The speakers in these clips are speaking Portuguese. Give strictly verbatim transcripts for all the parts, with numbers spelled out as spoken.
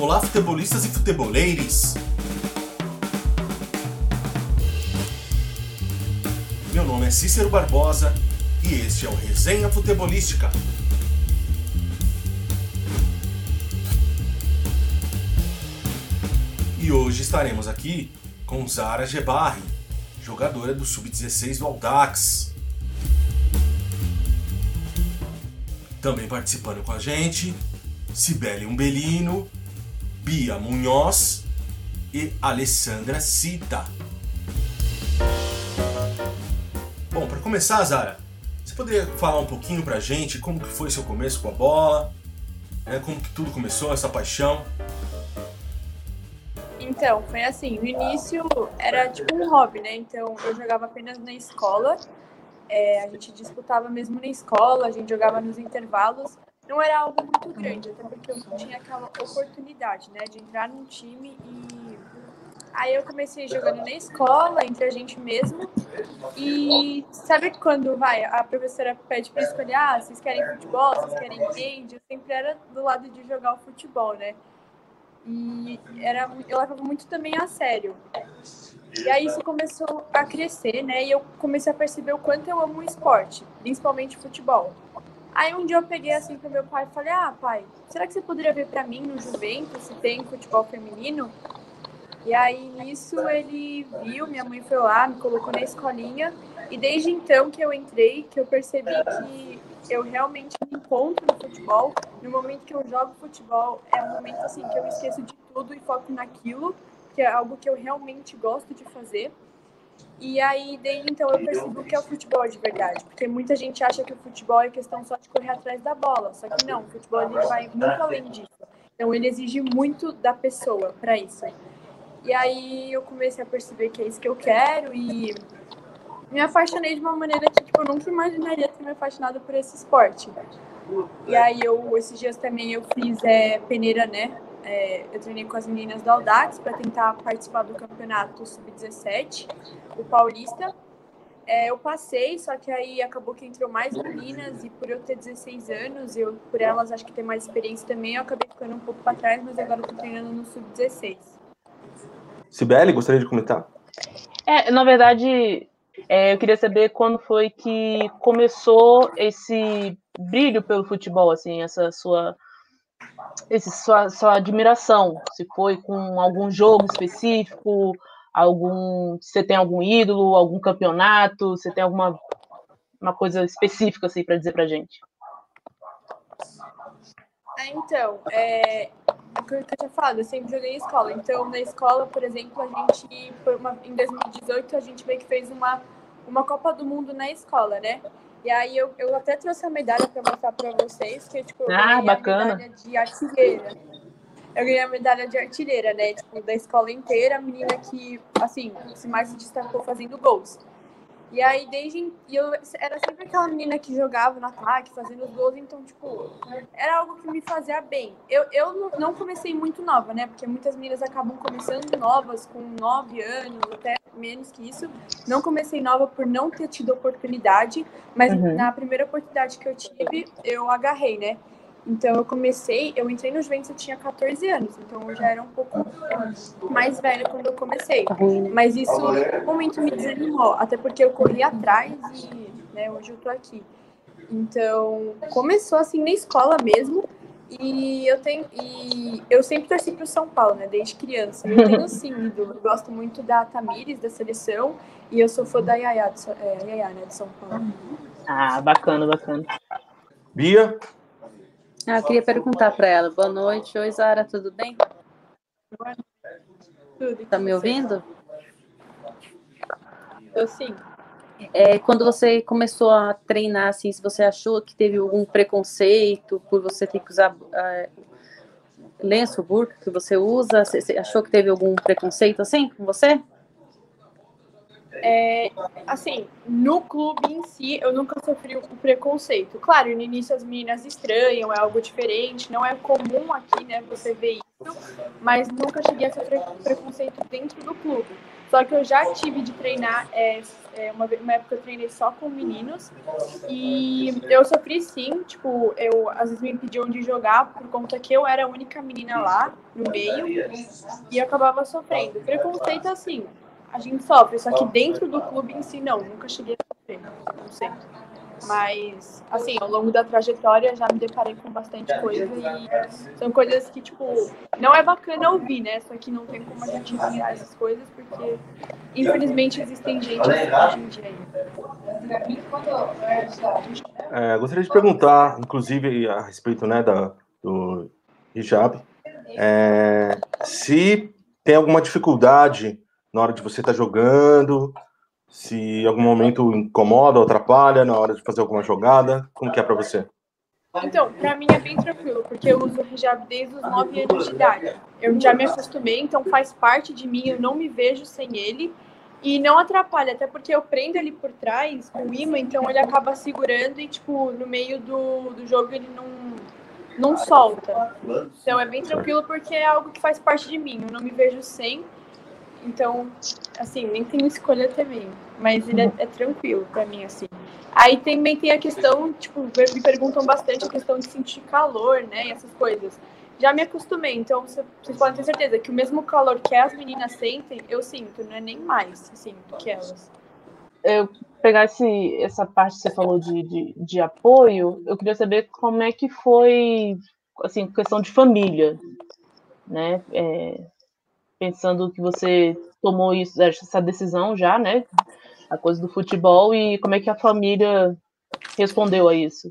Olá, futebolistas e futeboleiros! Meu nome é Cícero Barbosa e este é o Resenha Futebolística. E hoje estaremos aqui com Zara Gebarri, jogadora do sub dezesseis do Audax. Também participando com a gente, Cibele Umbelino, Bia Munhoz e Alessandra Cita. Bom, para começar, Zara, você poderia falar um pouquinho pra gente como que foi seu começo com a bola, né, como que tudo começou, essa paixão? Então, foi assim, no início era tipo um hobby, né? Então eu jogava apenas na escola, é, a gente disputava mesmo na escola, a gente jogava nos intervalos. Não era algo muito grande, até porque eu não tinha aquela oportunidade, né, de entrar num time. E aí eu comecei jogando na escola, entre a gente mesmo. E sabe quando vai, a professora pede para escolher, ah, vocês querem futebol, vocês querem hand? Eu sempre era do lado de jogar o futebol, né? E era, eu levava muito também a sério. E aí isso começou a crescer, né? E eu comecei a perceber o quanto eu amo o esporte, principalmente futebol. Aí um dia eu peguei assim pro meu pai e falei, ah, pai, será que você poderia ver pra mim no Juventus se tem futebol feminino? E aí nisso ele viu, minha mãe foi lá, me colocou na escolinha. E desde então que eu entrei, que eu percebi que eu realmente me encontro no futebol. No momento que eu jogo futebol, é um momento assim que eu esqueço de tudo e foco naquilo, que é algo que eu realmente gosto de fazer. E aí, desde então, eu percebo que é o futebol de verdade. Porque muita gente acha que o futebol é questão só de correr atrás da bola. Só que não, o futebol ele vai muito além disso. Então, ele exige muito da pessoa para isso. E aí, eu comecei a perceber que é isso que eu quero e me apaixonei de uma maneira que tipo, eu nunca imaginaria ter me apaixonado por esse esporte. E aí, eu, esses dias também eu fiz é, peneira, né? É, eu treinei com as meninas do Audax para tentar participar do campeonato sub dezessete, o Paulista. É, eu passei, só que aí acabou que entrou mais meninas e por eu ter dezesseis anos, eu, por elas acho que ter mais experiência também, eu acabei ficando um pouco para trás, mas agora eu tô treinando no sub dezesseis. Cibele, gostaria de comentar? É, na verdade, é, eu queria saber quando foi que começou esse brilho pelo futebol, assim, essa sua, esse, sua, sua admiração, se foi com algum jogo específico, algum, você tem algum ídolo, algum campeonato, você tem alguma uma coisa específica assim, para dizer pra gente? Então, é, o que eu tinha falado, eu sempre joguei em escola. Então, na escola, por exemplo, a gente, foi uma, em dois mil e dezoito, a gente meio que fez uma, uma Copa do Mundo na escola, né? E aí eu, eu até trouxe a medalha para mostrar para vocês, que tipo, eu ah, ganhei bacana. a medalha de artilheira. Eu ganhei a medalha de artilheira, né? Tipo, da escola inteira, a menina que, assim, se mais se destacou fazendo gols. E aí, desde... E eu era sempre aquela menina que jogava no ataque, fazendo os gols. Então, tipo, era algo que me fazia bem. Eu, eu não comecei muito nova, né? Porque muitas meninas acabam começando novas, com nove anos, até menos que isso. Não comecei nova por não ter tido oportunidade. Mas uhum. na primeira oportunidade que eu tive, eu agarrei, né? Então, eu comecei... Eu entrei no Juventus, eu tinha catorze anos. Então, eu já era um pouco mais velha quando eu comecei. Mas isso, no momento, me desanimou. Até porque eu corri atrás e, né, hoje eu tô aqui. Então, começou assim na escola mesmo. E eu tenho... E eu sempre torci pro São Paulo, né? Desde criança. Eu tenho, sim, ídolo. Eu gosto muito da Tamires, da seleção. E eu sou fã da Yaya, de, é, Yaya, né, de São Paulo. Ah, bacana, bacana. Bia? Ah, eu queria perguntar para ela. Boa noite. Oi, Zara, tudo bem? Tudo. Tá me ouvindo? Eu sim. É, quando você começou a treinar, assim, se você achou que teve algum preconceito por você ter que usar uh, lenço, burca que você usa, você achou que teve algum preconceito, assim, com você? É, assim, no clube em si, eu nunca sofri o preconceito. Claro, no início as meninas estranham, é algo diferente, não é comum aqui, né, você ver isso, mas nunca cheguei a sofrer preconceito dentro do clube. Só que eu já tive de treinar, é, é, uma, uma época eu treinei só com meninos, e eu sofri sim, tipo, eu às vezes me pediam de jogar por conta que eu era a única menina lá no meio, e eu acabava sofrendo. Preconceito, assim, a gente sofre, só que dentro do clube em si, não, nunca cheguei a sofrer, não sei. Mas, assim, ao longo da trajetória já me deparei com bastante coisa e são coisas que, tipo, não é bacana ouvir, né? Só que não tem como a gente ignorar essas coisas porque, infelizmente, existem gente assim hoje em dia aí. É, gostaria de perguntar, inclusive, a respeito, né, da, do hijab, é, se tem alguma dificuldade na hora de você estar jogando, se em algum momento incomoda ou atrapalha na hora de fazer alguma jogada, como que é pra você? Então, pra mim é bem tranquilo, porque eu uso hijab desde os nove anos de idade. Eu já me acostumei, então faz parte de mim, eu não me vejo sem ele. E não atrapalha, até porque eu prendo ele por trás com o imã, então ele acaba segurando e, tipo, no meio do, do jogo ele não, não solta. Então é bem tranquilo porque é algo que faz parte de mim, eu não me vejo sem. Então, assim, nem tenho escolha também. Mas ele é, é tranquilo pra mim, assim. Aí também tem a questão, tipo, me perguntam bastante a questão de sentir calor, né, e essas coisas. Já me acostumei, então vocês podem ter certeza que o mesmo calor que as meninas sentem, eu sinto, não é nem mais, assim, do que elas. Eu pegar esse, essa parte que você falou de, de, de apoio, eu queria saber como é que foi, assim, questão de família, né, é, pensando que você tomou isso, essa decisão já, né, a coisa do futebol, e como é que a família respondeu a isso?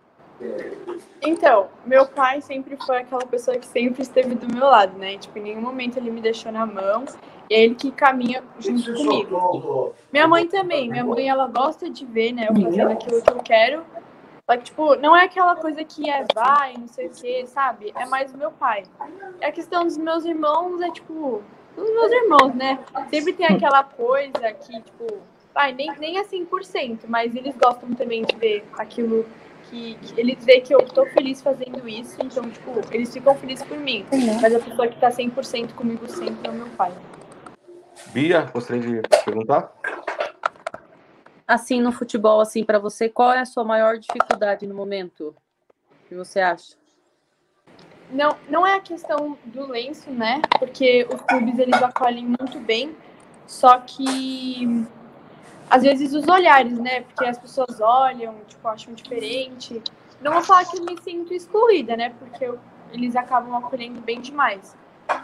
Então, meu pai sempre foi aquela pessoa que sempre esteve do meu lado, né? Tipo, em nenhum momento ele me deixou na mão. E é ele que caminha junto comigo. Minha mãe também. Minha mãe, ela gosta de ver, né? Eu fazendo aquilo que eu quero. Só que, tipo, não é aquela coisa que é vai, não sei o quê, sabe? É mais o meu pai. A questão dos meus irmãos é, tipo... Os meus irmãos, né? Sempre tem aquela coisa que, tipo... Vai, nem, nem é cem por cento, mas eles gostam também de ver aquilo... Que, que eles veem que eu tô feliz fazendo isso, então, tipo, eles ficam felizes por mim. Mas a pessoa que tá cem por cento comigo sempre é o meu pai. Bia, gostaria de perguntar? Assim, no futebol, assim, para você, qual é a sua maior dificuldade no momento? O que você acha? Não, não é a questão do lenço, né? Porque os clubes, eles acolhem muito bem, só que... Às vezes os olhares, né? Porque as pessoas olham, tipo, acham diferente. Não vou falar que eu me sinto excluída, né? Porque eu, eles acabam acolhendo bem demais.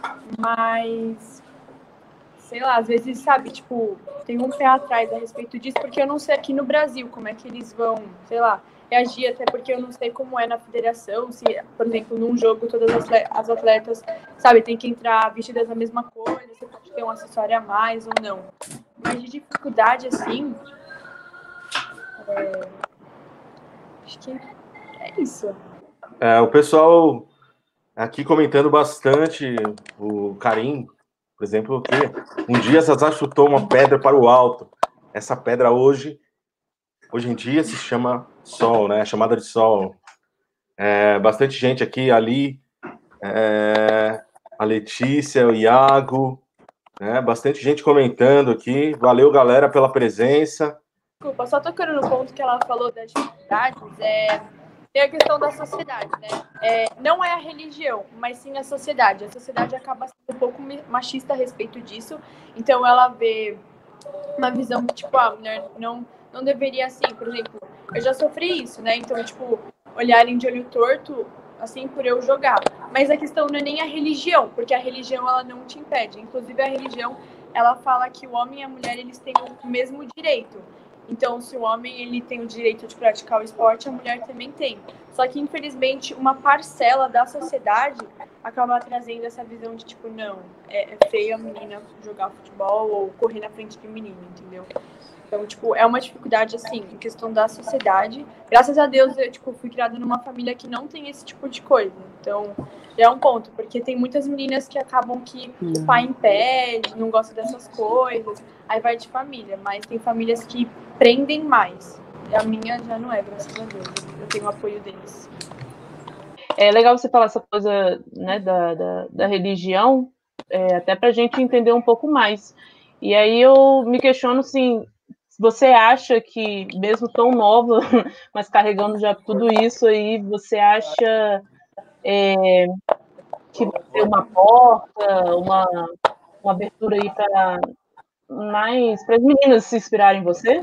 Mas, sei lá, às vezes, sabe, tipo, tem um pé atrás a respeito disso, porque eu não sei aqui no Brasil como é que eles vão, sei lá, reagir, até porque eu não sei como é na federação, se, por exemplo, num jogo todas as atletas, sabe, tem que entrar vestidas da mesma coisa, você pode ter um acessório a mais ou não. Mas de dificuldade, assim, é... acho que é isso. É, o pessoal aqui comentando bastante, o Karim, por exemplo, que um dia Zazá chutou uma pedra para o alto. Essa pedra hoje, hoje em dia se chama Sol, né? Chamada de Sol. É, bastante gente aqui, ali, é, a Letícia, o Iago, né? Bastante gente comentando aqui. Valeu, galera, pela presença. Desculpa, só tocando no ponto que ela falou das dificuldades, é... tem a questão da sociedade, né? É, não é a religião, mas sim a sociedade. A sociedade acaba sendo um pouco machista a respeito disso, então ela vê uma visão que, tipo, a mulher não, não deveria, assim, por exemplo, eu já sofri isso, né? Então, tipo, olharem de olho torto, assim, por eu jogar. Mas a questão não é nem a religião, porque a religião, ela não te impede. Inclusive, a religião, ela fala que o homem e a mulher, eles têm o mesmo direito. Então, se o homem ele tem o direito de praticar o esporte, a mulher também tem. Só que, infelizmente, uma parcela da sociedade acaba trazendo essa visão de, tipo, não, é, é feio a menina jogar futebol ou correr na frente de menino, entendeu? Então, tipo, é uma dificuldade, assim, em questão da sociedade. Graças a Deus, eu, tipo, fui criada numa família que não tem esse tipo de coisa. Então, é um ponto, porque tem muitas meninas que acabam que o pai impede, não gosta dessas coisas, aí vai de família. Mas tem famílias que prendem mais. E a minha já não é, graças a Deus. Eu tenho o apoio deles. É legal você falar essa coisa, né, da, da, da religião, é, até pra gente entender um pouco mais. E aí eu me questiono, assim, você acha que, mesmo tão nova, mas carregando já tudo isso aí, você acha é, que vai ter uma porta, uma, uma abertura aí para mais para as meninas se inspirarem em você?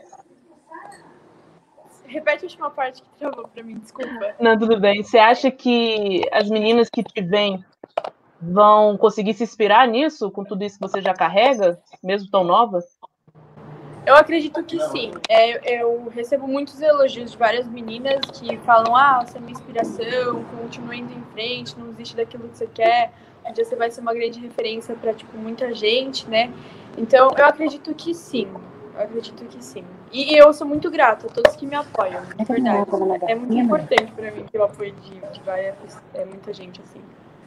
Repete a última parte que travou para mim, desculpa. Não, tudo bem. Você acha que as meninas que te veem vão conseguir se inspirar nisso, com tudo isso que você já carrega, mesmo tão nova? Eu acredito que sim. É, eu recebo muitos elogios de várias meninas que falam: ah, você é minha inspiração, continua indo em frente, não desiste daquilo que você quer, um dia você vai ser uma grande referência para tipo, muita gente, né? Então, eu acredito que sim. Eu acredito que sim. E, e eu sou muito grata a todos que me apoiam, de verdade. É muito importante para mim ter o apoio de, de várias, é, muita gente, assim.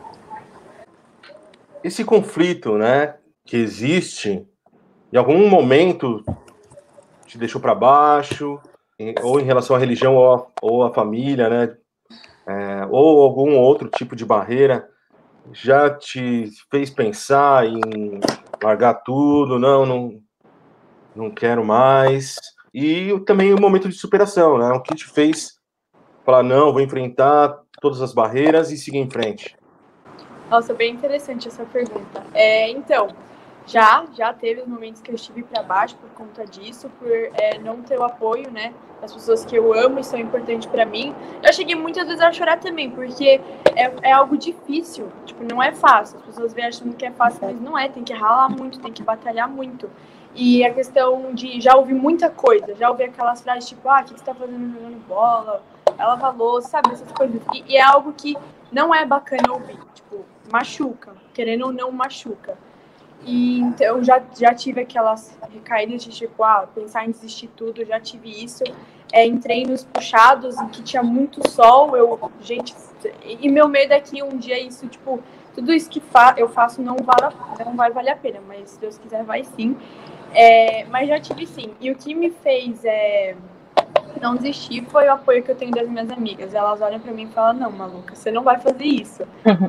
Esse conflito, né, que existe, em algum momento te deixou para baixo, ou em relação à religião ou à, ou à família, né, é, ou algum outro tipo de barreira, já te fez pensar em largar tudo, não, não, não quero mais, e também o momento de superação, né, o que te fez falar, não, vou enfrentar todas as barreiras e seguir em frente? Nossa, bem interessante essa pergunta. É, então, já, já teve os momentos que eu estive para baixo por conta disso, por é, não ter o apoio, né, das pessoas que eu amo e são importantes para mim. Eu cheguei muitas vezes a chorar também, porque é, é algo difícil, tipo, não é fácil. As pessoas veem achando que é fácil, mas não é, tem que ralar muito, tem que batalhar muito. E a questão de já ouvir muita coisa, já ouvir aquelas frases tipo, ah, o que você tá fazendo jogando bola? Ela falou, sabe, essas coisas. E, e é algo que não é bacana ouvir, tipo, machuca, querendo ou não machuca. E então já, já tive aquelas recaídas de tipo, ah, pensar em desistir tudo, já tive isso. É, em treinos puxados, em que tinha muito sol, eu, gente, e meu medo é que um dia isso, tipo, tudo isso que fa eu faço não, vale, não vai valer a pena, mas se Deus quiser vai sim. É, mas já tive sim. E o que me fez é, não desistir foi o apoio que eu tenho das minhas amigas. Elas olham pra mim e falam, não, maluca, você não vai fazer isso.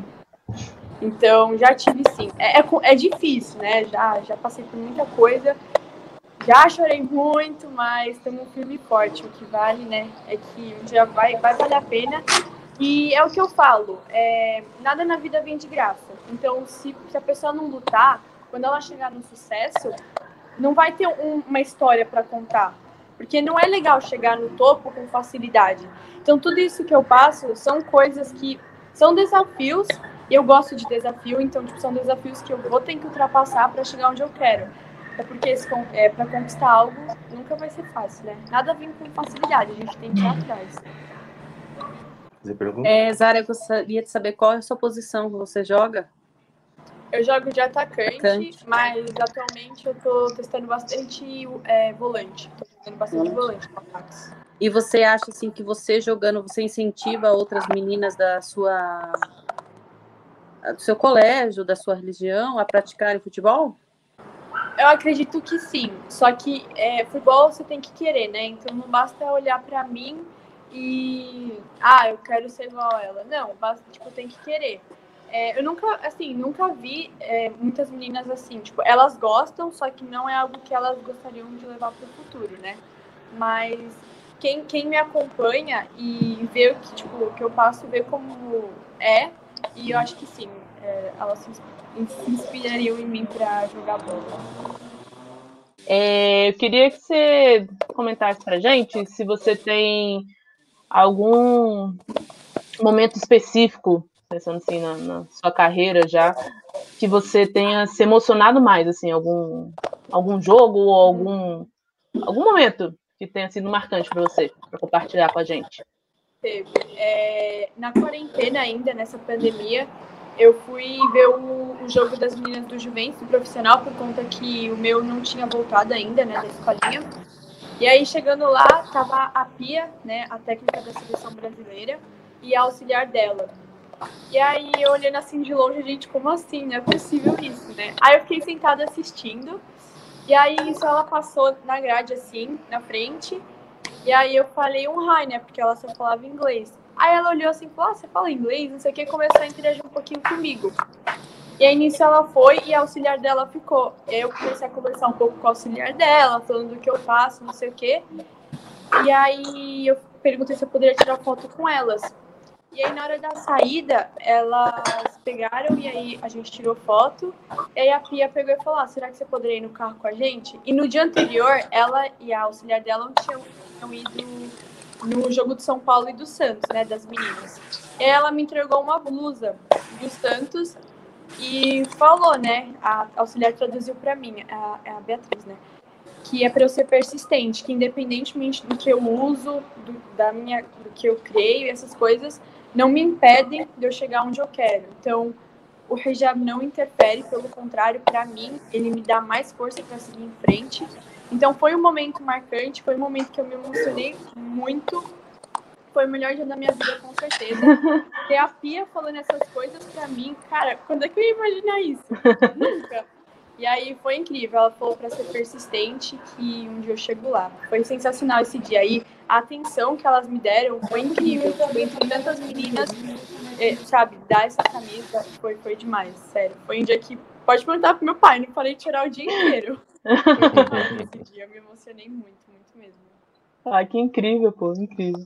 Então, já tive sim. É, é, é difícil, né? Já, já passei por muita coisa. Já chorei muito, mas estamos firme e forte. O que vale, né? É que um dia vai, vai valer a pena. E é o que eu falo. É, nada na vida vem de graça. Então, se, se a pessoa não lutar, quando ela chegar no sucesso, não vai ter um, uma história para contar. Porque não é legal chegar no topo com facilidade. Então, tudo isso que eu passo são coisas que são desafios. Eu gosto de desafio, então tipo, são desafios que eu vou ter que ultrapassar para chegar onde eu quero. É porque é, para conquistar algo nunca vai ser fácil, né? Nada vem com facilidade, a gente tem que ir atrás. É, Zara, eu gostaria de saber qual é a sua posição que você joga? Eu jogo de atacante, atacante. Mas atualmente eu tô testando bastante é, volante. Tô testando bastante volante com ataques. E você acha assim que você jogando, você incentiva outras meninas da sua... do seu colégio, da sua religião, a praticarem futebol? Eu acredito que sim, só que é, futebol você tem que querer, né? Então não basta olhar pra mim e... ah, eu quero ser igual a ela. Não, basta, tipo, tem que querer. É, eu nunca, assim, nunca vi é, muitas meninas assim, tipo, elas gostam, só que não é algo que elas gostariam de levar pro futuro, né? Mas quem, quem me acompanha e vê o que, tipo, o que eu passo, vê como é, e eu acho que sim, é, elas se, se inspirariam em mim para jogar bola. É, eu queria que você comentasse pra gente se você tem algum momento específico, pensando assim na, na sua carreira já, que você tenha se emocionado mais, assim, algum, algum jogo ou algum, algum momento que tenha sido marcante para você, para compartilhar com a gente. Teve. É, na quarentena ainda, nessa pandemia, eu fui ver o, o jogo das meninas do Juventus, do profissional, por conta que o meu não tinha voltado ainda, né, da escolinha. E aí, chegando lá, tava a Pia, né, a técnica da seleção brasileira, e a auxiliar dela. E aí, eu olhando assim de longe, gente, como assim? Não é possível isso, né? Aí eu fiquei sentada assistindo, e aí isso ela passou na grade, assim, na frente, e aí eu falei um hi, né, porque ela só falava inglês. Aí ela olhou assim e falou, ah, você fala inglês? Não sei o que, começou a interagir um pouquinho comigo. E aí nisso ela foi e a auxiliar dela ficou. E aí eu comecei a conversar um pouco com a auxiliar dela, falando do que eu faço, não sei o quê. E aí eu perguntei se eu poderia tirar foto com elas. E aí na hora da saída, elas pegaram e aí a gente tirou foto. E aí a Pia pegou e falou, ah, será que você poderia ir no carro com a gente? E no dia anterior, ela e a auxiliar dela tinham, tinham ido no jogo do São Paulo e do Santos, né, das meninas. E aí ela me entregou uma blusa do Santos e falou, né, a auxiliar traduziu pra mim, a, a Beatriz, né, que é para eu ser persistente, que independentemente do que eu uso, do, da minha, do que eu creio e essas coisas, não me impedem de eu chegar onde eu quero. Então, o hijab não interfere, pelo contrário, para mim, ele me dá mais força para seguir em frente. Então, foi um momento marcante, foi um momento que eu me emocionei muito. Foi o melhor dia da minha vida, com certeza. Ter a Pia falando essas coisas pra mim, cara, quando é que eu ia imaginar isso? Nunca. E aí foi incrível, ela falou pra ser persistente que um dia eu chego lá. Foi sensacional esse dia aí, a atenção que elas me deram foi incrível. Tipo, entre tantas meninas, é, sabe, dar essa camisa foi, foi demais, sério. Foi um dia que, pode perguntar pro meu pai, não falei tirar o dia inteiro. Foi demais esse dia, eu me emocionei muito, muito mesmo. Ah, que incrível, pô, incrível.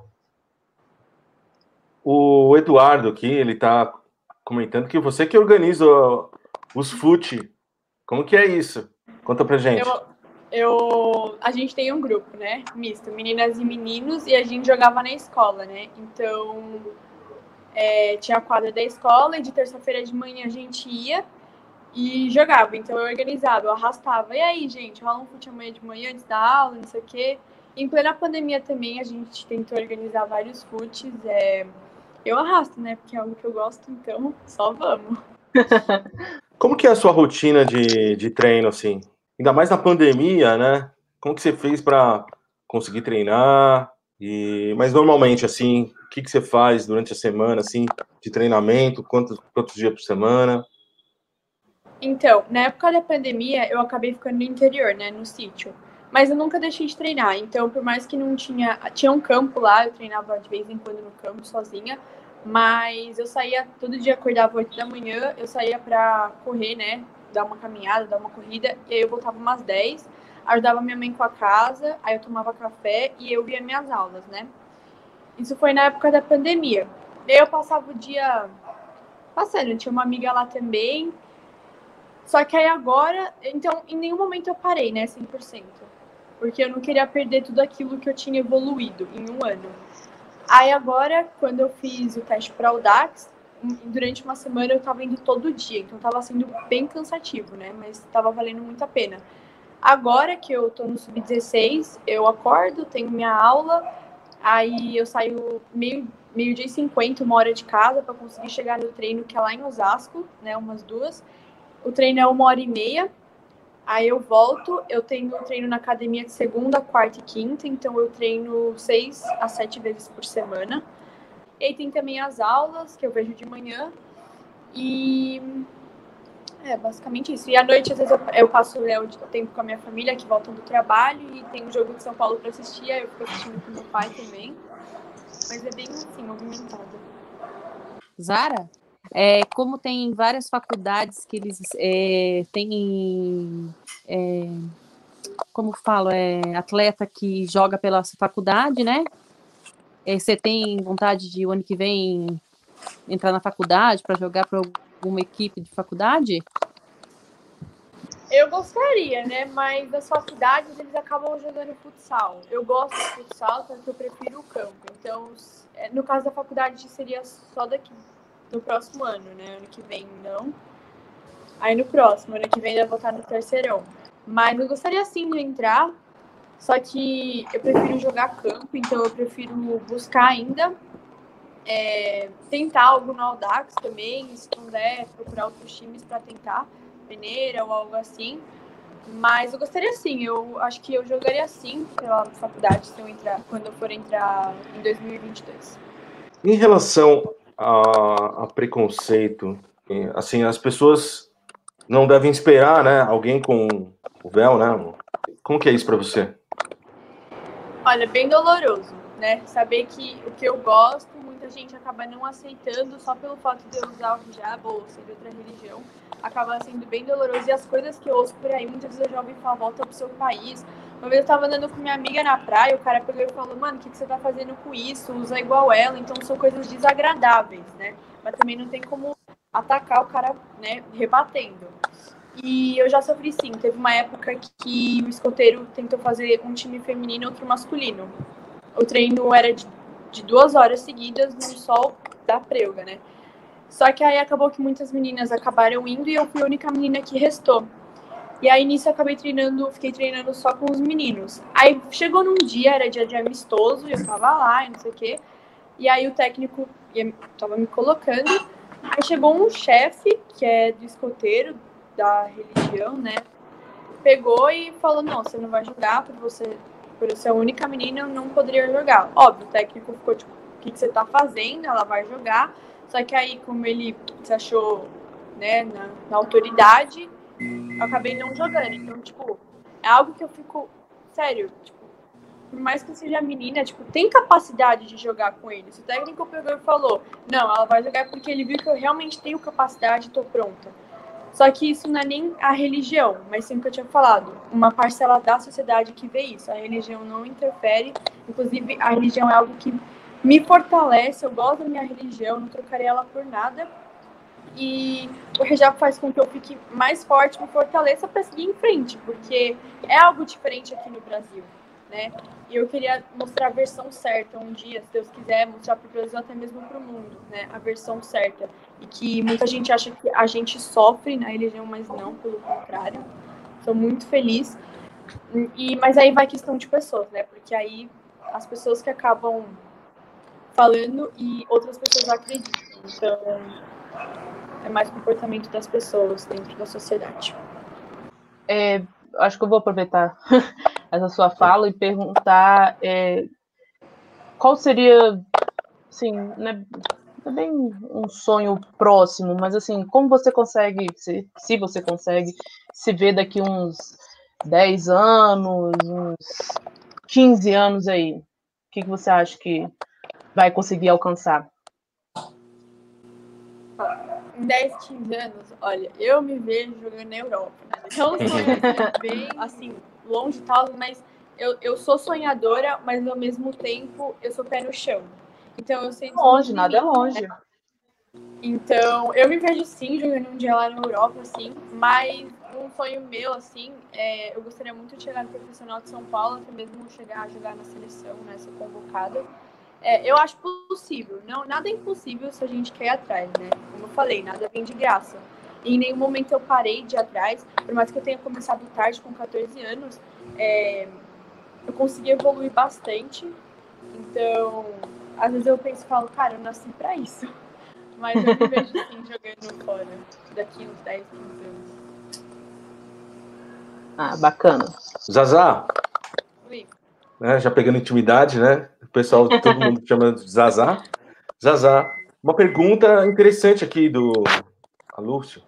O Eduardo aqui, ele tá comentando que você que organiza os fute. Como que é isso? Conta pra gente. Eu, eu, a gente tem um grupo, né, misto, meninas e meninos, e a gente jogava na escola, né, então é, tinha a quadra da escola e de terça-feira de manhã a gente ia e jogava, então eu organizava, eu arrastava, e aí, gente, rola um fute amanhã de manhã antes da aula, não sei o quê. Em plena pandemia também a gente tentou organizar vários futes, é, eu arrasto, né, porque é algo que eu gosto, então só vamos. Como que é a sua rotina de, de treino, assim? Ainda mais na pandemia, né? Como que você fez para conseguir treinar? E, mas normalmente, assim, o que, que você faz durante a semana, assim, de treinamento? Quantos, quantos dias por semana? Então, na época da pandemia, eu acabei ficando no interior, né, no sítio. Mas eu nunca deixei de treinar, então por mais que não tinha... Tinha um campo lá, eu treinava de vez em quando no campo, sozinha. Mas eu saía, todo dia acordava oito da manhã, eu saía pra correr, né, dar uma caminhada, dar uma corrida. E aí eu voltava umas dez, ajudava minha mãe com a casa, aí eu tomava café e eu ia minhas aulas, né. Isso foi na época da pandemia. E aí eu passava o dia passando, tinha uma amiga lá também. Só que aí agora, então, em nenhum momento eu parei, né, cem por cento. Porque eu não queria perder tudo aquilo que eu tinha evoluído em um ano. Aí agora, quando eu fiz o teste para o Dax, durante uma semana eu tava indo todo dia. Então tava sendo bem cansativo, né, mas tava valendo muito a pena. Agora que eu tô no sub dezesseis, eu acordo, tenho minha aula, aí eu saio meio, meio dia e cinquenta, uma hora de casa, para conseguir chegar no treino que é lá em Osasco, né, umas duas. O treino é uma hora e meia, aí eu volto, eu tenho treino na academia de segunda, quarta e quinta, então eu treino seis a sete vezes por semana. E aí tem também as aulas, que eu vejo de manhã, e é basicamente isso. E à noite, às vezes, eu, eu passo né, o tempo com a minha família, que voltam do trabalho, e tem um jogo de São Paulo para assistir, aí eu fico assistindo com meu pai também. Mas é bem, assim, movimentado. Zara? É, como tem várias faculdades que eles é, têm, é, como falo, é, atleta que joga pela faculdade, né? É, você tem vontade de, o ano que vem, entrar na faculdade para jogar para alguma equipe de faculdade? Eu gostaria, né? Mas as faculdades, eles acabam jogando futsal. Eu gosto de futsal, só que eu prefiro o campo. Então, no caso da faculdade, seria só daqui... no próximo ano, né? Ano que vem, não. Aí no próximo, ano que vem, eu vou estar no terceirão. Mas eu gostaria sim de entrar, só que eu prefiro jogar campo, então eu prefiro buscar ainda, é, tentar algo no Audax também, se puder procurar outros times para tentar, Peneira ou algo assim. Mas eu gostaria sim, eu acho que eu jogaria sim pela faculdade se eu entrar, quando eu for entrar em dois mil e vinte e dois. Em relação a, a preconceito, assim, as pessoas não devem esperar, né, alguém com o véu, né? Como que é isso para você? Olha, bem doloroso, né? Saber que o que eu gosto, muitas muita gente acaba não aceitando só pelo fato de eu usar o hijab ou ser de outra religião. Acaba sendo bem doloroso. E as coisas que eu ouço por aí, muitas vezes eu já ouvi falar, volta pro seu país. Uma vez eu tava andando com minha amiga na praia, o cara pegou e falou, mano, o que, que você tá fazendo com isso? Usa igual ela. Então são coisas desagradáveis, né? Mas também não tem como atacar o cara, né, rebatendo. E eu já sofri sim. Teve uma época que o escoteiro tentou fazer um time feminino e outro masculino. O treino era de, de duas horas seguidas no sol da preuga, né? Só que aí acabou que muitas meninas acabaram indo e eu fui a única menina que restou. E aí nisso eu acabei treinando, fiquei treinando só com os meninos. Aí chegou num dia, era dia de amistoso, eu tava lá e não sei o quê. E aí o técnico ia, tava me colocando. Aí chegou um chefe, que é do escoteiro, da religião, né? Pegou e falou, não, você não vai jogar, por você, por ser a única menina, eu não poderia jogar. Óbvio, o técnico ficou tipo, o que, que você tá fazendo? Ela vai jogar. Só que aí, como ele se achou, né, na, na autoridade, eu acabei não jogando. Então, tipo, é algo que eu fico, sério, tipo, por mais que eu seja menina, tipo, tem capacidade de jogar com ele. Se o técnico pegou e falou, não, ela vai jogar porque ele viu que eu realmente tenho capacidade e tô pronta. Só que isso não é nem a religião, mas sim o que eu tinha falado, uma parcela da sociedade que vê isso. A religião não interfere, inclusive a religião é algo que me fortalece, eu gosto da minha religião, não trocaria ela por nada. E o hijab faz com que eu fique mais forte, me fortaleça para seguir em frente, porque é algo diferente aqui no Brasil, né? E eu queria mostrar a versão certa um dia, se Deus quiser, mostrar para o Brasil, até mesmo para o mundo, né? A versão certa. E que muita gente acha que a gente sofre na religião, mas não, pelo contrário. Sou muito feliz. E, mas aí vai questão de pessoas, né? Porque aí as pessoas que acabam falando e outras pessoas acreditam. Então, é mais o comportamento das pessoas dentro da sociedade. É, acho que eu vou aproveitar essa sua fala e perguntar é, qual seria, assim, né, também um sonho próximo, mas assim, como você consegue, se, se você consegue, se ver daqui uns dez anos, uns quinze anos aí? O que, que você acha que vai conseguir alcançar? Em dez, quinze anos, olha, eu me vejo jogando na Europa. Então, um sonho bem, assim, longe e tal, mas eu, eu sou sonhadora, mas ao mesmo tempo eu sou pé no chão. Então, eu sei... Longe, nada é longe. Né? Então, eu me vejo sim jogando um dia lá na Europa, assim, mas um sonho meu, assim, é, eu gostaria muito de chegar no profissional de São Paulo, até mesmo chegar a jogar na seleção, né, ser convocada. É, eu acho possível. Não, nada é impossível se a gente quer ir atrás, né? Como eu falei, nada vem de graça. E em nenhum momento eu parei de ir atrás, por mais que eu tenha começado tarde, com catorze anos, é, eu consegui evoluir bastante. Então, às vezes eu penso e falo, cara, eu nasci pra isso. Mas eu me vejo sim jogando fora, daqui uns dez, quinze anos. Ah, bacana. Zazá, Oi. né, já pegando intimidade, né? O pessoal, todo mundo chamando de Zazá. Zazá, uma pergunta interessante aqui do Lúcio.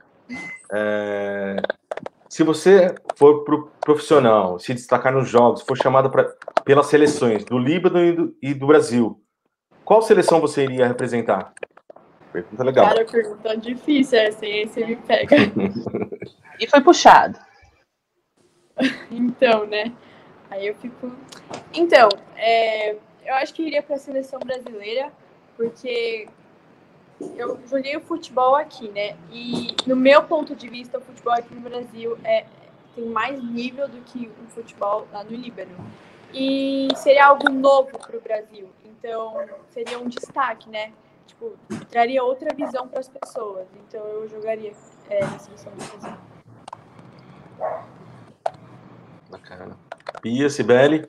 É, se você for pro profissional, se destacar nos jogos, for chamado pra, pelas seleções do Líbano e do, e do Brasil, qual seleção você iria representar? Pergunta legal. Cara, pergunta difícil essa, aí você me pega. E foi puxado. Então, né? Aí eu fico... Então, é, eu acho que eu iria para a seleção brasileira, porque eu joguei o futebol aqui, né? E no meu ponto de vista, o futebol aqui no Brasil é, tem mais nível do que o futebol lá no Líbano. E seria algo novo para o Brasil. Então, seria um destaque, né? Tipo, traria outra visão para as pessoas. Então, eu jogaria é, na seleção do Brasil. Bacana. Pia, Cibele?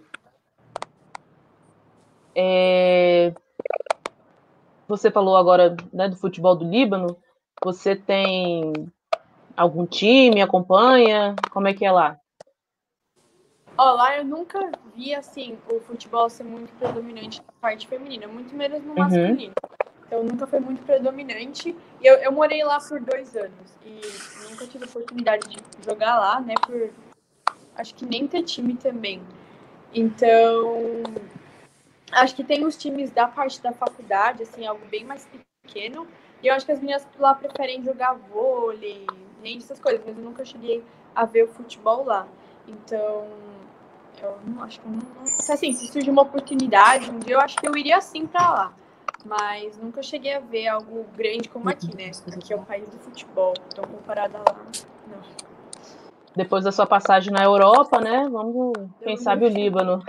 É... Você falou agora, né, do futebol do Líbano. Você tem algum time, acompanha? Como é que é lá? Ó, lá eu nunca vi, assim, o futebol ser muito predominante na parte feminina, muito menos no masculino. Uhum. Então, nunca foi muito predominante. E eu, eu morei lá por dois anos e nunca tive oportunidade de jogar lá, né, por... Acho que nem ter time também. Então, Acho que tem os times da parte da faculdade, assim, algo bem mais pequeno. E eu acho que as meninas lá preferem jogar vôlei, nem essas coisas, mas eu nunca cheguei a ver o futebol lá. Então, eu não acho que eu não. não assim, se surgir uma oportunidade um dia, eu acho que eu iria sim pra lá. Mas nunca cheguei a ver algo grande como aqui, né? Aqui é o país do futebol. Então, comparado a lá, não. Depois da sua passagem na Europa, né? Vamos, quem sabe, o Líbano.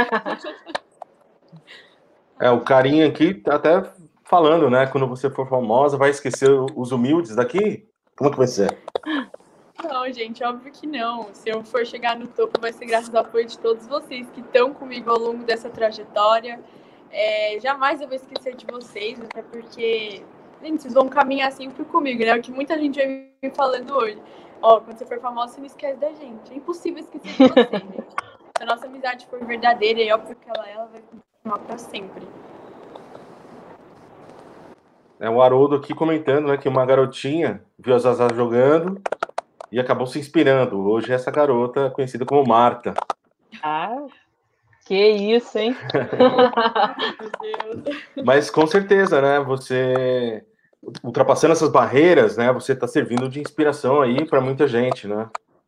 É, o carinha aqui tá até falando, né? Quando você for famosa, vai esquecer os humildes daqui? Como é que vai ser? Não, gente, óbvio que não. Se eu for chegar no topo, vai ser graças ao apoio de todos vocês que estão comigo ao longo dessa trajetória. É, jamais eu vou esquecer de vocês, até porque, gente, vocês vão caminhar sempre comigo, né? O que muita gente vai me falando hoje. Ó, quando você for famosa, você não esquece da gente. É impossível esquecer de você, gente. Se a nossa amizade for verdadeira, é óbvio que ela, ela vai continuar pra sempre. É o Haroldo aqui comentando, né, que uma garotinha viu a Zazá jogando e acabou se inspirando. Hoje essa garota é conhecida como Marta. Ah, que isso, hein? Meu Deus. Mas com certeza, né, você ultrapassando essas barreiras, né, você está servindo de inspiração aí para muita gente, né?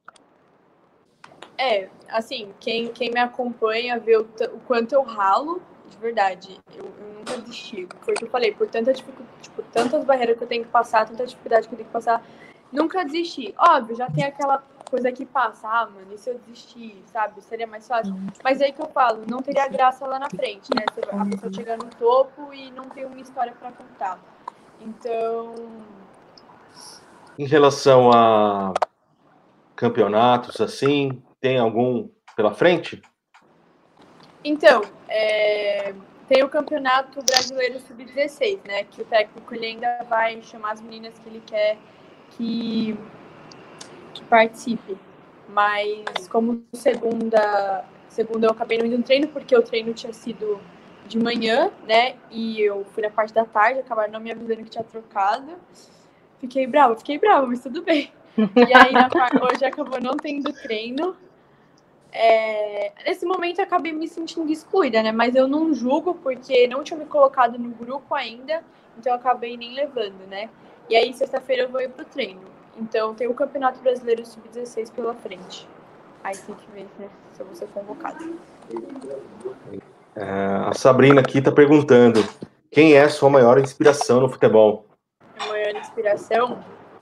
É, assim, quem, quem me acompanha vê o, o quanto eu ralo, de verdade. Eu, eu nunca desisti. Foi o que eu falei, por tanta dificuldade, tipo, tantas barreiras que eu tenho que passar, tanta dificuldade que eu tenho que passar, nunca desisti. Óbvio, já tem aquela coisa que passa, ah, mano, e se eu desistir, sabe? Seria mais fácil. Mas aí que eu falo, não teria graça lá na frente, né? A pessoa chegar no topo e não ter uma história pra contar. Então... Em relação a campeonatos, assim, tem algum pela frente? Então, é... tem o Campeonato Brasileiro sub dezesseis, né? Que o técnico ele ainda vai chamar as meninas que ele quer que, que participe. Mas como segunda, segunda eu acabei não indo no treino, porque o treino tinha sido de manhã, né? E eu fui na parte da tarde, acabaram não me avisando que tinha trocado. Fiquei brava, fiquei brava, mas tudo bem. E aí na parte, hoje acabou não tendo treino. É, nesse momento eu acabei me sentindo excluída, né? Mas eu não julgo porque não tinha me colocado no grupo ainda, então eu acabei nem levando, né? E aí sexta-feira eu vou ir pro treino. Então tem o Campeonato Brasileiro sub dezesseis pela frente. Aí tem que ver, né, se eu vou ser convocada. É, a Sabrina aqui tá perguntando: quem é a sua maior inspiração no futebol? A maior inspiração?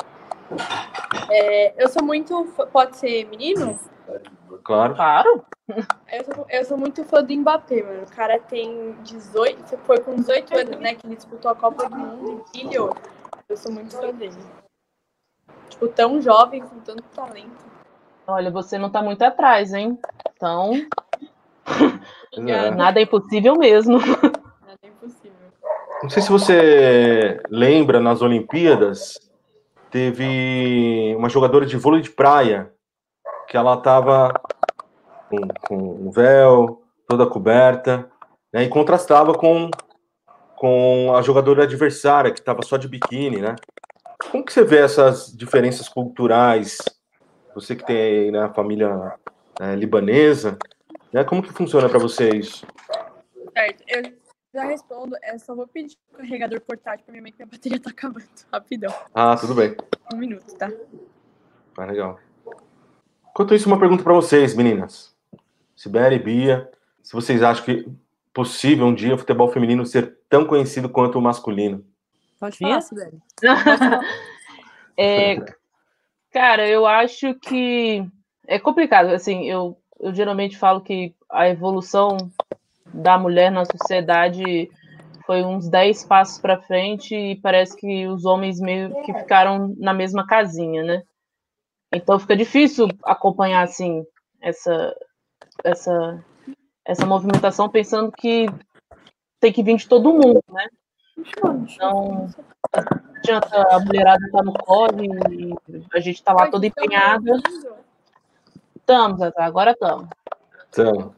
É, eu sou muito... Pode ser menino? Claro. Claro. Eu sou, eu sou muito fã do Mbappé, mano. O cara tem dezoito... Foi com dezoito anos, né, que ele disputou a Copa do Mundo e brilhou. Eu sou muito fã dele. Tipo, tão jovem, com tanto talento. Olha, você não tá muito atrás, hein? Então, É. nada é impossível mesmo. Nada é impossível. Não sei se você lembra, nas Olimpíadas, teve uma jogadora de vôlei de praia, que ela tava com, com um véu, toda coberta, né, e contrastava com, com a jogadora adversária, que estava só de biquíni, né? Como que você vê essas diferenças culturais? Você que tem, né, a família é, libanesa, né, como que funciona para vocês? Certo, eu já respondo. Eu só vou pedir o carregador portátil pra minha mãe, que minha bateria tá acabando. Rapidão. Ah, tudo bem. Um minuto, tá? Ah, legal. Enquanto isso, uma pergunta para vocês, meninas. Sibeli, Bia, se vocês acham que é possível um dia o futebol feminino ser tão conhecido quanto o masculino? Pode Bia? falar, Sibeli. É, cara, eu acho que é complicado. Assim, eu, eu geralmente falo que a evolução da mulher na sociedade foi uns dez passos para frente e parece que os homens meio que ficaram na mesma casinha, né? Então fica difícil acompanhar assim essa essa essa movimentação pensando que tem que vir de todo mundo, né? Então, não adianta a mulherada estar no corre e a gente está lá toda empenhada. Estamos, agora estamos. Então,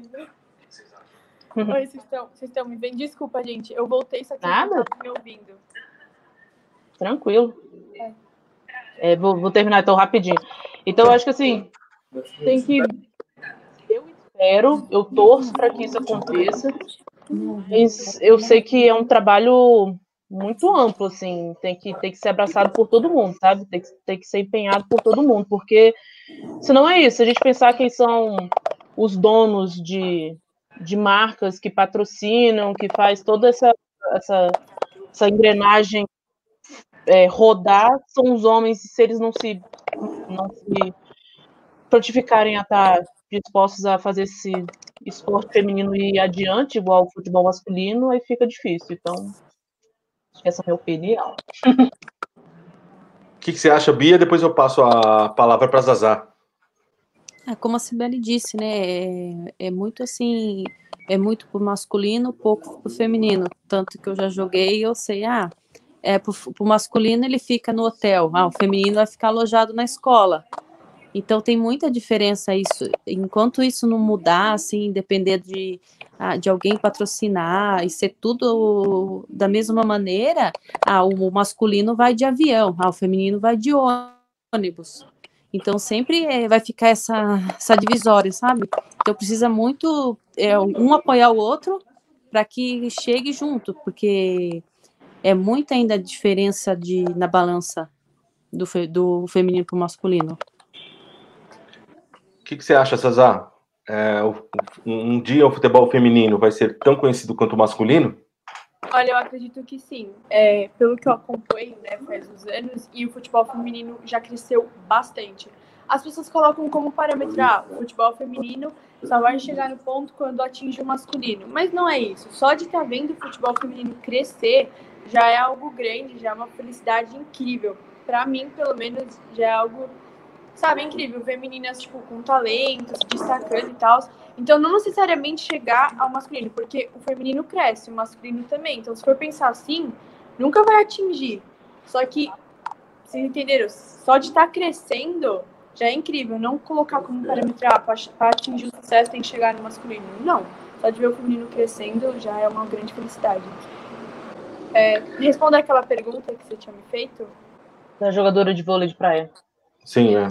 Oi, vocês estão, vocês estão me vendo? Desculpa, gente. Eu voltei, só que Nada. não estava me ouvindo. Tranquilo. É, vou, vou terminar então rapidinho. Então, eu acho que assim, tem que. Eu espero, eu torço para que isso aconteça, Mas eu sei que é um trabalho muito amplo, assim, tem que, tem que ser abraçado por todo mundo, sabe? Tem que, tem que ser empenhado por todo mundo, porque se não é isso, se a gente pensar quem são os donos de, de marcas que patrocinam, que faz toda essa, essa, essa engrenagem é, rodar, são os homens, e se eles não se, não se prontificarem a estar dispostos a fazer esse esporte feminino ir adiante, igual o futebol masculino, aí fica difícil. Então, acho que essa é a minha opinião. O que, que você acha, Bia? Depois eu passo a palavra para a Zazá. É, como a Cibele disse, né? É, é muito assim, é muito pro masculino, pouco pro feminino. Tanto que eu já joguei e eu sei, ah, é pro, pro masculino ele fica no hotel, ah, o feminino vai ficar alojado na escola. Então tem muita diferença isso. Enquanto isso não mudar, assim, depender de, de alguém patrocinar e ser tudo da mesma maneira, ah, o masculino vai de avião, ah, o feminino vai de ônibus. Então sempre é, vai ficar essa, essa divisória, sabe? Então precisa muito é, um apoiar o outro para que chegue junto, porque é muita ainda a diferença de, na balança do, fe, do feminino para o masculino. O que, que você acha, Zazá? É, um dia o futebol feminino vai ser tão conhecido quanto o masculino? Olha, eu acredito que sim. É, pelo que eu acompanho, né, faz uns anos, e o futebol feminino já cresceu bastante. As pessoas colocam como parâmetro, ah, o futebol feminino só vai chegar no ponto quando atinge o masculino. Mas não é isso. Só de estar vendo o futebol feminino crescer já é algo grande, já é uma felicidade incrível. Para mim, pelo menos, já é algo, sabe, incrível. Ver meninas, tipo, com talento, se destacando e tal. Então, não necessariamente chegar ao masculino, porque o feminino cresce, o masculino também. Então, se for pensar assim, nunca vai atingir. Só que, vocês entenderam? Só de estar crescendo já é incrível. Não colocar como parâmetro, ah, para atingir o sucesso tem que chegar no masculino. Não. Só de ver o feminino crescendo já é uma grande felicidade. É, responder aquela pergunta que você tinha me feito. Da jogadora de vôlei de praia. Sim, é.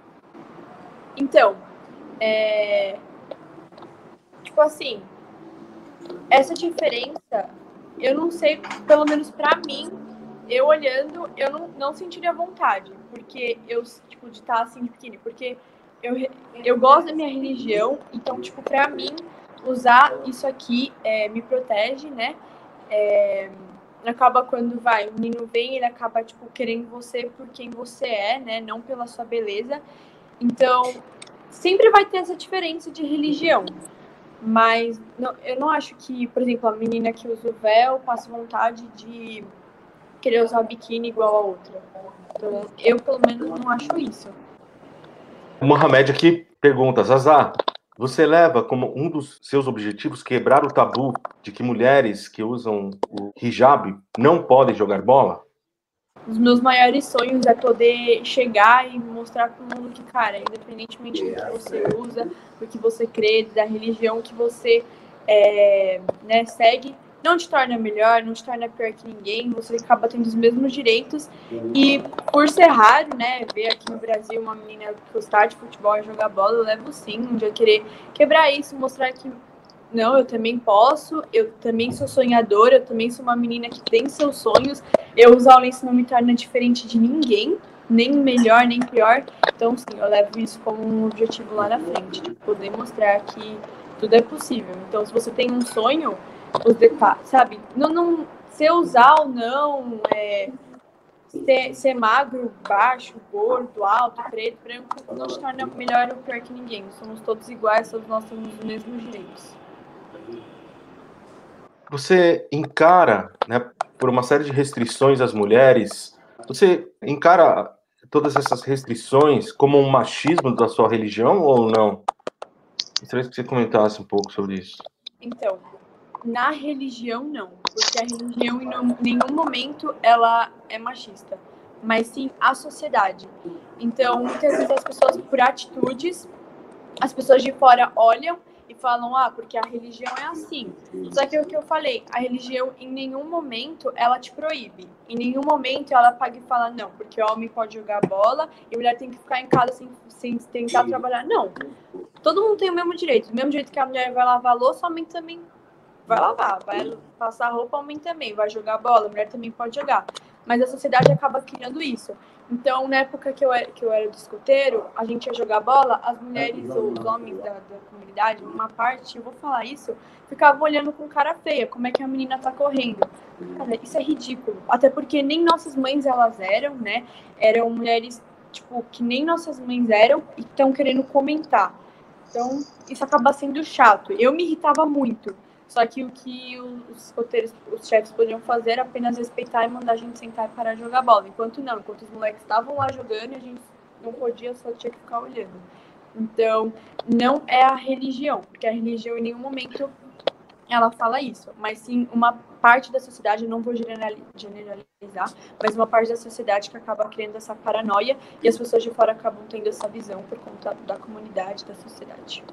Então, é... tipo assim, essa diferença, eu não sei, pelo menos pra mim, eu olhando, eu não, não sentiria vontade, porque eu, tipo, de estar assim de biquíni, porque eu, eu gosto da minha religião, então, tipo, pra mim, usar isso aqui é, me protege, né? É, acaba quando vai, o menino vem, ele acaba, tipo, querendo você por quem você é, né? Não pela sua beleza. Então, sempre vai ter essa diferença de religião. Mas não, eu não acho que, por exemplo, a menina que usa o véu passa vontade de querer usar biquíni igual a outra. Então, eu, pelo menos, não acho isso. O Mohamed aqui pergunta, Zazá, você leva como um dos seus objetivos quebrar o tabu de que mulheres que usam o hijab não podem jogar bola? Os meus maiores sonhos é poder chegar e mostrar para o mundo que, cara, independentemente do que você usa, do que você crê, da religião que você é, né, segue, não te torna melhor, não te torna pior que ninguém, você acaba tendo os mesmos direitos. E por ser raro, né, ver aqui no Brasil uma menina gostar de futebol e jogar bola, eu levo sim, um dia querer quebrar isso, mostrar que não, eu também posso, eu também sou sonhadora, eu também sou uma menina que tem seus sonhos, eu usar o lenço não me torna diferente de ninguém, nem melhor, nem pior, então sim, eu levo isso como um objetivo lá na frente, de poder mostrar que tudo é possível. Então, se você tem um sonho, os detalhes, sabe? Não, não, se usar ou não, é, ser, ser magro, baixo, gordo, alto, preto, branco, não te torna melhor ou pior que ninguém. Somos todos iguais, todos nós temos os mesmos direitos. Você encara, né, por uma série de restrições às mulheres, você encara todas essas restrições como um machismo da sua religião ou não? Gostaria que você comentasse um pouco sobre isso. Então, na religião, não. Porque a religião, em nenhum momento, ela é machista. Mas sim a sociedade. Então, muitas vezes as pessoas, por atitudes, as pessoas de fora olham e falam, ah, porque a religião é assim. Só que é o que eu falei, a religião, em nenhum momento, ela te proíbe. Em nenhum momento, ela paga e fala, não, porque o homem pode jogar bola e a mulher tem que ficar em casa sem, sem tentar trabalhar. Não. Todo mundo tem o mesmo direito. O mesmo direito que a mulher vai lavar a louça, o homem também vai lavar, vai passar roupa, homem também, vai jogar bola, mulher também pode jogar. Mas a sociedade acaba criando isso. Então, na época que eu era, que eu era do escoteiro, a gente ia jogar bola, as mulheres ou os homens da, da comunidade, uma parte, eu vou falar isso, ficavam olhando com cara feia, como é que a menina tá correndo. Cara, isso é ridículo. Até porque nem nossas mães elas eram, né? Eram mulheres, tipo, que nem nossas mães eram e estão querendo comentar. Então, isso acaba sendo chato. Eu me irritava muito. Só que o que os roteiros, os chefes podiam fazer era apenas respeitar e mandar a gente sentar e parar de jogar bola. Enquanto não, enquanto os moleques estavam lá jogando e a gente não podia, só tinha que ficar olhando. Então, não é a religião, porque a religião em nenhum momento ela fala isso, mas sim uma parte da sociedade, eu não vou generalizar, mas uma parte da sociedade que acaba criando essa paranoia e as pessoas de fora acabam tendo essa visão por conta da comunidade, da sociedade.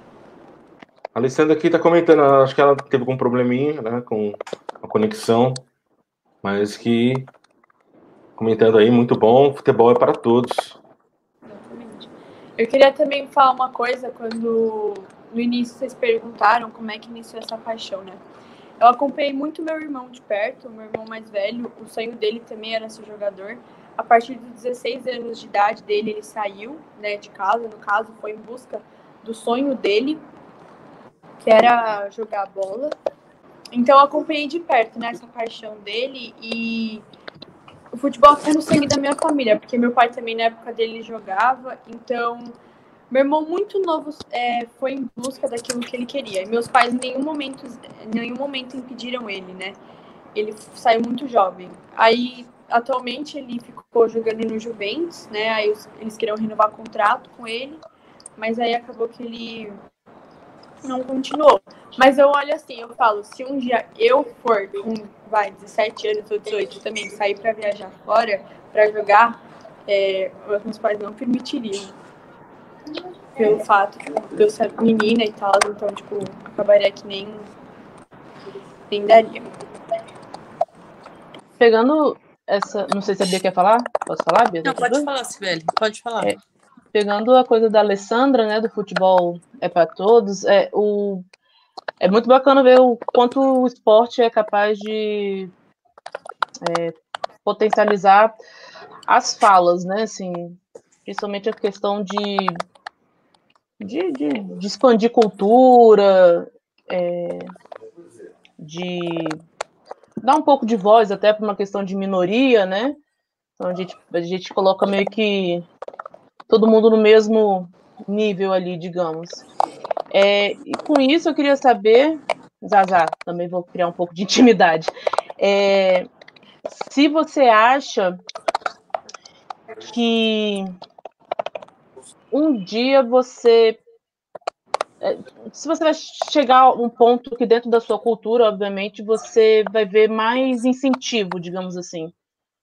A Alessandra aqui está comentando, acho que ela teve algum probleminha, né, com a conexão, mas que, comentando aí, muito bom, futebol é para todos. Exatamente. Eu queria também falar uma coisa, quando no início vocês perguntaram como é que iniciou essa paixão, né? Eu acompanhei muito meu irmão de perto, meu irmão mais velho, o sonho dele também era ser jogador. A partir dos dezesseis anos de idade dele, ele saiu, né, de casa, no caso, foi em busca do sonho dele, que era jogar bola. Então eu acompanhei de perto, né, essa paixão dele, e o futebol tá no sangue da minha família, porque meu pai também na época dele jogava, então meu irmão muito novo é, foi em busca daquilo que ele queria, e meus pais em nenhum momento, em nenhum momento impediram ele, né, ele saiu muito jovem. Aí atualmente ele ficou jogando no Juventus, né, aí eles queriam renovar contrato com ele, mas aí acabou que ele não continuou. Mas eu olho assim, eu falo, se um dia eu for com, vai, dezessete anos ou dezoito também, sair pra viajar fora, pra jogar, é, os meus pais não permitiriam. Pelo fato de eu ser menina e tal, então, tipo, acabaria que nem, nem daria. Pegando essa... Não sei se a Bia quer falar. Posso falar, Bia? Não, pode falar, Sibeli, pode falar. É, pegando a coisa da Alessandra, né, do futebol é para todos, é, o, é muito bacana ver o quanto o esporte é capaz de é, potencializar as falas, né, assim, principalmente a questão de, de, de, de expandir cultura, é, de dar um pouco de voz até para uma questão de minoria, né, então a gente, a gente coloca meio que todo mundo no mesmo nível ali, digamos. É, e com isso eu queria saber, Zazá, também vou criar um pouco de intimidade, é, se você acha que um dia você, é, se você vai chegar a um ponto que dentro da sua cultura, obviamente, você vai ver mais incentivo, digamos assim,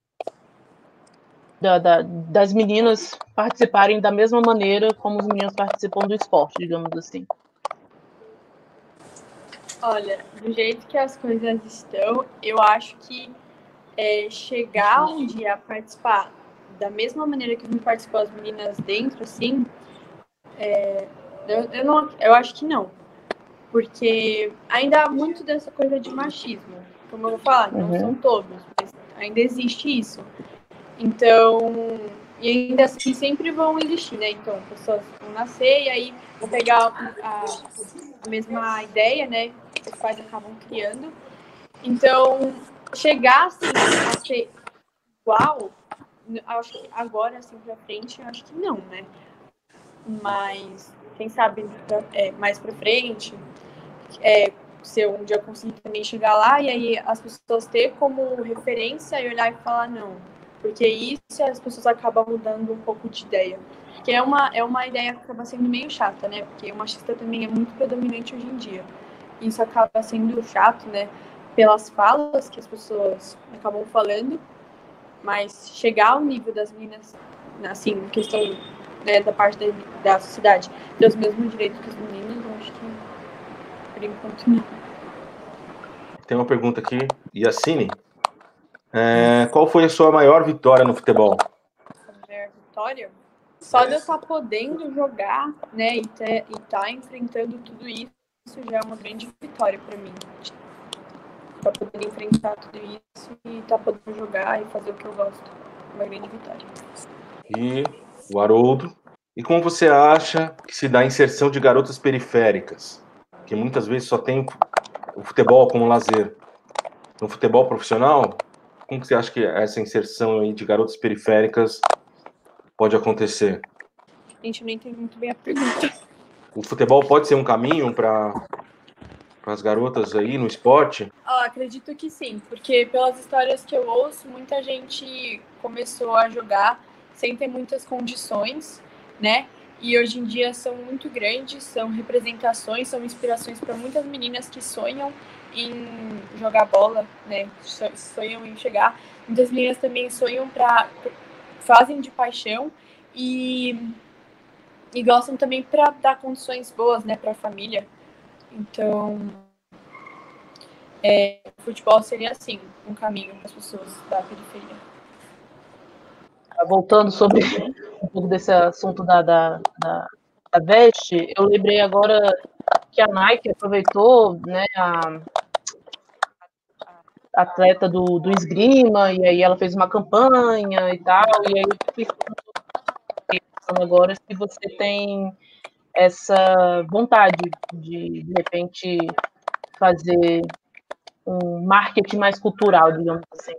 Da, da, das meninas participarem da mesma maneira como os meninos participam do esporte, digamos assim. Olha, do jeito que as coisas estão, eu acho que é, chegar um dia a participar da mesma maneira que não participam as meninas dentro, assim, é, eu, eu, não, eu acho que não. Porque ainda há muito dessa coisa de machismo. Como eu vou falar, não Uhum. são todos, mas ainda existe isso. Então, e ainda assim sempre vão existir, né? Então, pessoas vão nascer e aí vão pegar a, a mesma ideia, né? Que os pais acabam criando. Então, chegar assim a ser igual, acho que agora, assim, pra frente, acho que não, né? Mas, quem sabe, é, mais pra frente, é, se eu um dia conseguir também chegar lá e aí as pessoas ter como referência e olhar e falar, não. Porque isso as pessoas acabam mudando um pouco de ideia. Que é uma, é uma ideia que acaba sendo meio chata, né? Porque o machista também é muito predominante hoje em dia. Isso acaba sendo chato, né? Pelas falas que as pessoas acabam falando. Mas chegar ao nível das meninas, assim, questão, né, da parte da, da sociedade, ter os mesmos direitos que os meninos, eu acho que por enquanto não. Tem uma pergunta aqui, Yassine. É, qual foi a sua maior vitória no futebol? A maior vitória? Só de eu estar podendo jogar, né, e estar enfrentando tudo isso, já é uma grande vitória para mim. Para poder enfrentar tudo isso e estar tá podendo jogar e fazer o que eu gosto. Uma grande vitória. E o Haroldo. E como você acha que se dá a inserção de garotas periféricas, que muitas vezes só tem o futebol como lazer? No futebol profissional, como você acha que essa inserção aí de garotas periféricas pode acontecer? Gente, eu nem entendi muito bem a pergunta. O futebol pode ser um caminho para as garotas aí no esporte? Ah, acredito que sim, porque pelas histórias que eu ouço, muita gente começou a jogar sem ter muitas condições, né? E hoje em dia são muito grandes, são representações, são inspirações para muitas meninas que sonham em jogar bola, né? Sonham em chegar. Muitas meninas também sonham para fazem de paixão e e gostam também para dar condições boas, né, para a família. Então, é, o futebol seria assim um caminho para as pessoas da periferia. Voltando sobre um pouco desse assunto da, da, da, da veste, eu lembrei agora que a Nike aproveitou, né, a atleta do, do esgrima, e aí ela fez uma campanha e tal, e aí eu fiquei pensando agora se você tem essa vontade de, de repente, fazer um marketing mais cultural, digamos assim.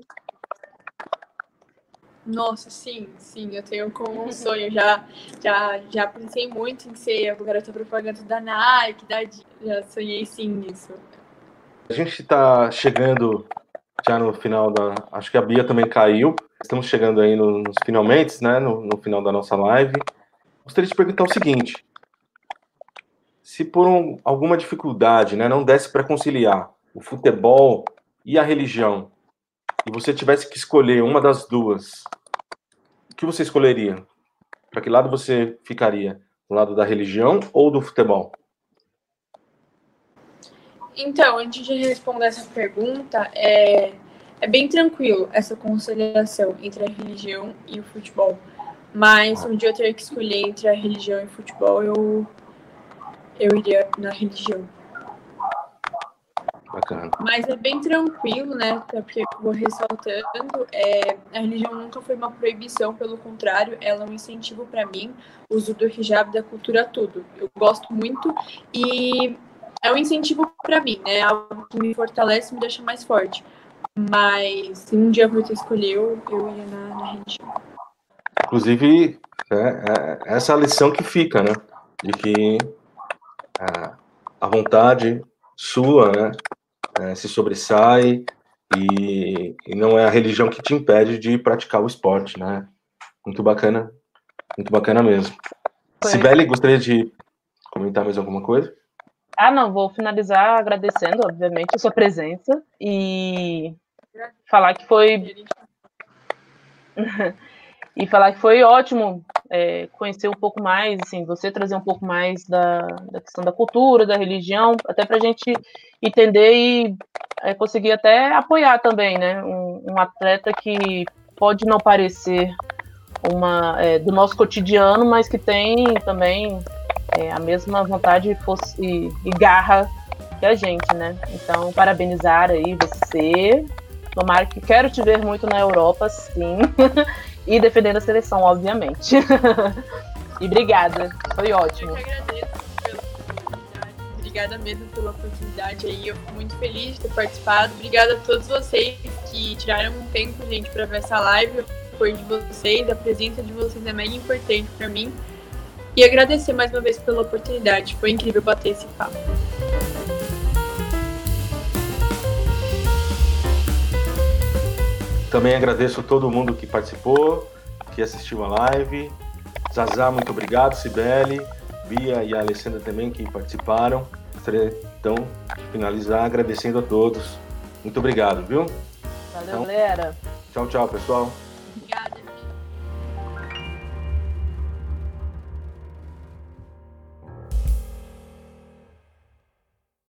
Nossa, sim, sim, eu tenho como um sonho, já, já, já pensei muito em ser a garota propaganda da Nike, da Adidas, já sonhei sim nisso. A gente está chegando já no final da... Acho que a Bia também caiu. Estamos chegando aí no, nos finalmente, né, no, no final da nossa live. Gostaria de perguntar o seguinte: se por um, alguma dificuldade, né, não desse para conciliar o futebol e a religião, e você tivesse que escolher uma das duas, o que você escolheria? Para que lado você ficaria? Do lado da religião ou do futebol? Então, antes de responder essa pergunta, é, é bem tranquilo essa conciliação entre a religião e o futebol. Mas um dia eu teria que escolher entre a religião e o futebol, eu, eu iria na religião. Bacana. Mas é bem tranquilo, né? Porque, vou ressaltando, é, a religião nunca foi uma proibição, pelo contrário, ela é um incentivo para mim, o uso do hijab, da cultura, tudo. Eu gosto muito e é um incentivo para mim, né? Algo que me fortalece, me deixa mais forte. Mas se um dia eu for escolher, eu, eu ia na, na religião. Inclusive, é, é, essa é a lição que fica, né? De que a, a vontade sua, né, é, se sobressai e, e não é a religião que te impede de praticar o esporte, né? Muito bacana, muito bacana mesmo. Foi. Cibele, gostaria de comentar mais alguma coisa? Ah, não, vou finalizar agradecendo, obviamente, a sua presença e falar que foi e falar que foi ótimo é, conhecer um pouco mais, assim, você trazer um pouco mais da, da questão da cultura, da religião, até para a gente entender e é, conseguir até apoiar também, né, um, um atleta que pode não parecer uma é, do nosso cotidiano, mas que tem também é, a mesma vontade fosse, e, e garra que a gente, né? Então, parabenizar aí você. Tomara que quero te ver muito na Europa, sim. E defendendo a seleção, obviamente. E obrigada, foi ótimo. Eu que agradeço pela oportunidade. Obrigada mesmo pela oportunidade aí. Eu fico muito feliz de ter participado. Obrigada a todos vocês que tiraram um tempo, gente, para ver essa live. O apoio de vocês, a presença de vocês é mega importante para mim. E agradecer mais uma vez pela oportunidade. Foi incrível bater esse papo. Também agradeço a todo mundo que participou, que assistiu a live. Zazá, muito obrigado. Cibele, Bia e a Alessandra também que participaram. Gostaria, então, de finalizar agradecendo a todos. Muito obrigado, viu? Valeu, galera. Tchau, tchau, pessoal.